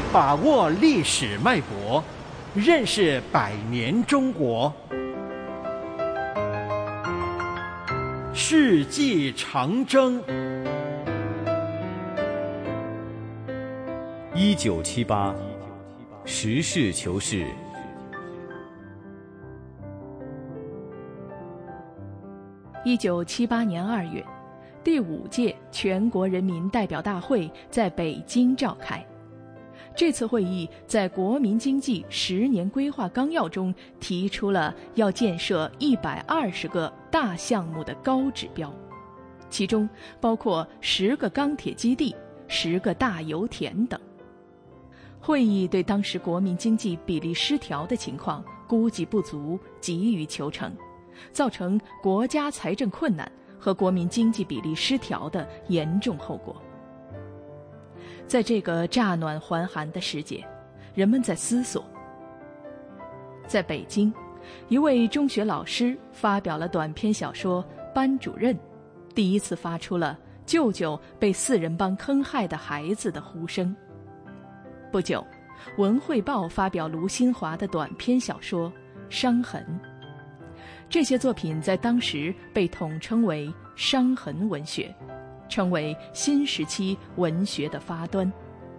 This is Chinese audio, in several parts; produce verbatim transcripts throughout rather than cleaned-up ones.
把握历史脉搏，认识百年中国。世纪长征。 一九七八，实事求是。 一九七八年二月，第五届全国人民代表大会在北京召开。这次会议在国民经济十年规划纲要中提出了要建设一百二十个大项目的高指标，其中包括十个钢铁基地、十个大油田等。会议对当时国民经济比例失调的情况估计不足，急于求成，造成国家财政困难和国民经济比例失调的严重后果。在这个乍暖还寒的时节，人们在思索。在北京，一位中学老师发表了短篇小说《班主任》，第一次发出了舅舅被四人帮坑害的孩子的呼声。不久，《文汇报》发表卢新华的短篇小说《伤痕》。这些作品在当时被统称为伤痕文学，成为新时期文学的发端。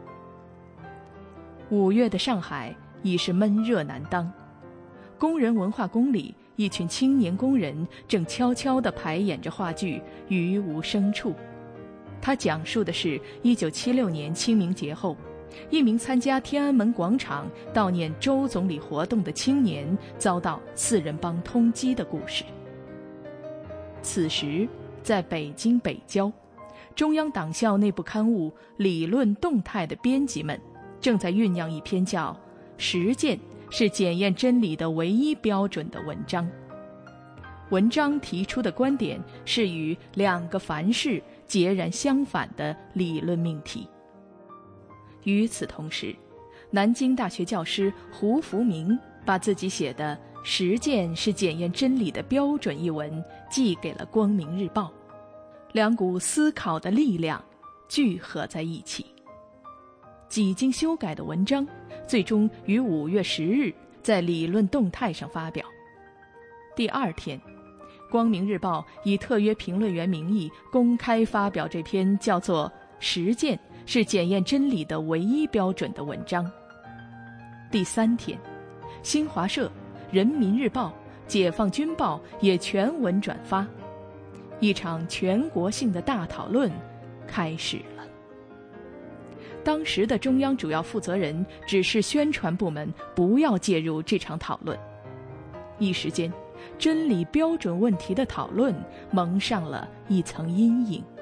五月的上海已是闷热难当，工人文化宫里一群青年工人正悄悄地排演着话剧《于无声处》。它讲述的是一九七六年清明节后，一名参加天安门广场悼念周总理活动的青年遭到四人帮通缉的故事。此时，在北京北郊，中央党校内部刊物《理论动态》的编辑们正在酝酿一篇叫《实践是检验真理的唯一标准》的文章。文章提出的观点是与两个凡是截然相反的理论命题。与此同时，南京大学教师胡福明把自己写的《实践是检验真理的标准》一文寄给了《光明日报》，两股思考的力量聚合在一起。几经修改的文章最终于五月十日在理论动态上发表。第二天，《光明日报》以特约评论员名义公开发表这篇叫做《实践是检验真理的唯一标准》的文章。第三天，新华社、人民日报、解放军报也全文转发，一场全国性的大讨论开始了。当时的中央主要负责人指示宣传部门不要介入这场讨论，一时间，真理标准问题的讨论蒙上了一层阴影。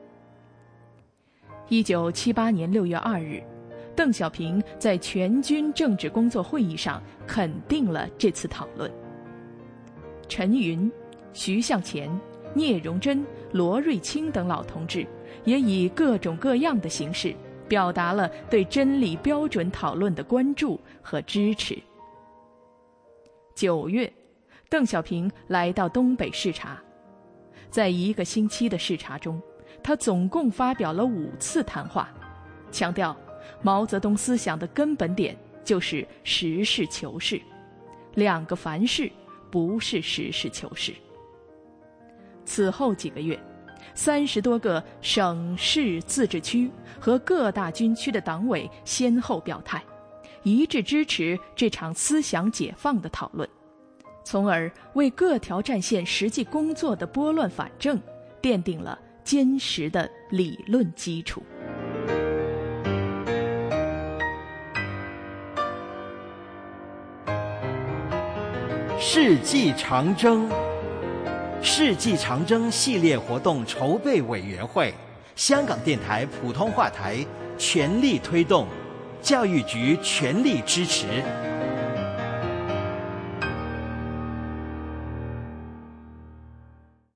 一九七八年六月二日，邓小平在全军政治工作会议上肯定了这次讨论。陈云、徐向前、聂荣臻、罗瑞卿等老同志也以各种各样的形式表达了对真理标准讨论的关注和支持。九月，邓小平来到东北视察，在一个星期的视察中，他总共发表了五次谈话，强调毛泽东思想的根本点就是实事求是，两个凡是不是实事求是。此后几个月，三十多个省市自治区和各大军区的党委先后表态，一致支持这场思想解放的讨论，从而为各条战线实际工作的拨乱反正奠定了坚实的理论基础。 世纪长征。世纪长征系列活动筹备委员会，香港电台普通话台全力推动，教育局全力支持。